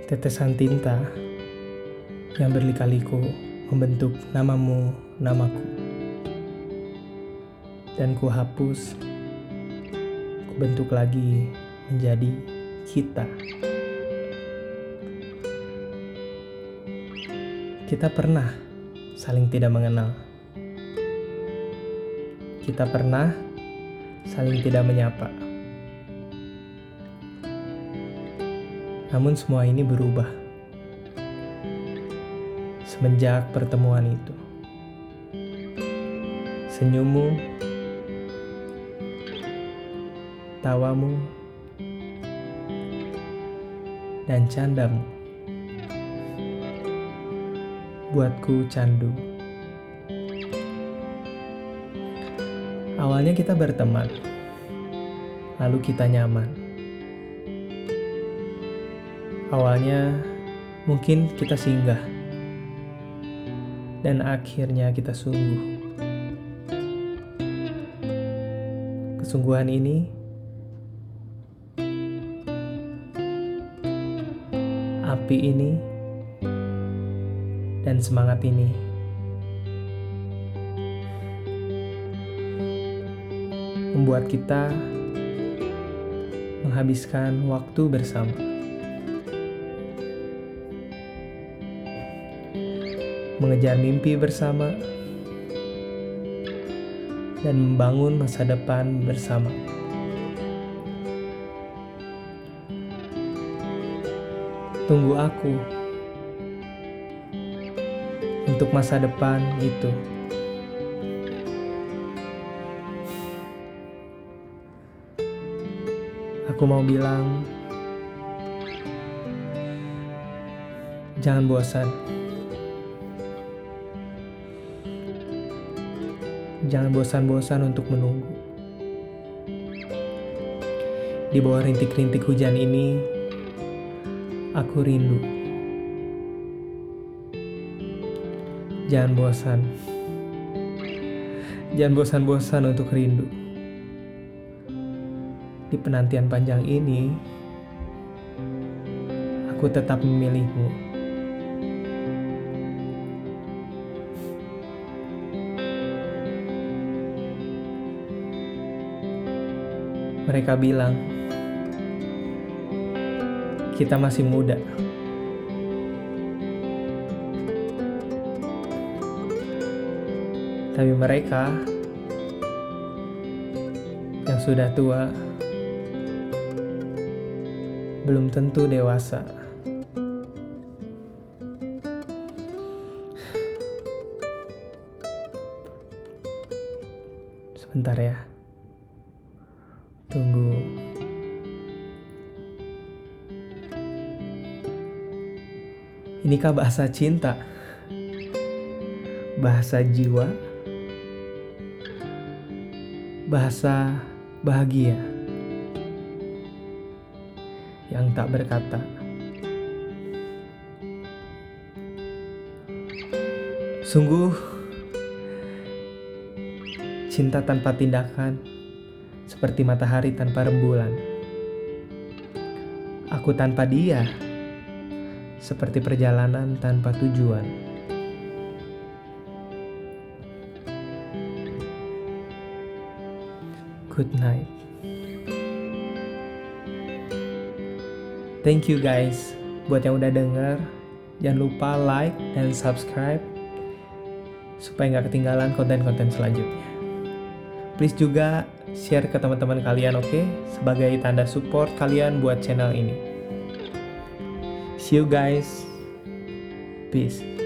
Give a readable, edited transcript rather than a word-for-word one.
Tetesan tinta yang berlika-liku membentuk namamu, namaku. Dan ku hapus, ku bentuk lagi menjadi kita. Kita pernah saling tidak mengenal. Kita pernah saling tidak menyapa. Namun semua ini berubah semenjak pertemuan itu. Senyummu, tawamu, dan candamu buatku candu. Awalnya kita berteman, lalu kita nyaman. Awalnya mungkin kita singgah, dan akhirnya kita sungguh. Kesungguhan ini api ini dan semangat ini membuat kita menghabiskan waktu bersama. Mengejar mimpi bersama dan membangun masa depan bersama. Tunggu aku untuk masa depan itu. Aku mau bilang, jangan bosan. Jangan bosan-bosan untuk menunggu. Di bawah rintik-rintik hujan ini, aku rindu. Jangan bosan. Jangan bosan-bosan untuk rindu. Di penantian panjang ini, aku tetap memilihmu. Mereka bilang, kita masih muda. Tapi mereka yang sudah tua belum tentu dewasa. Sebentar ya. Tunggu. Inikah bahasa cinta? Bahasa jiwa? Bahasa bahagia yang tak berkata. Sungguh cinta tanpa tindakan, seperti matahari tanpa rembulan. Aku tanpa dia, seperti perjalanan tanpa tujuan. Good night. Thank you guys buat yang udah denger. Jangan lupa like dan subscribe supaya gak ketinggalan konten-konten selanjutnya. Please juga share ke teman-teman kalian, oke? Sebagai tanda support kalian buat channel ini. See you guys. Peace.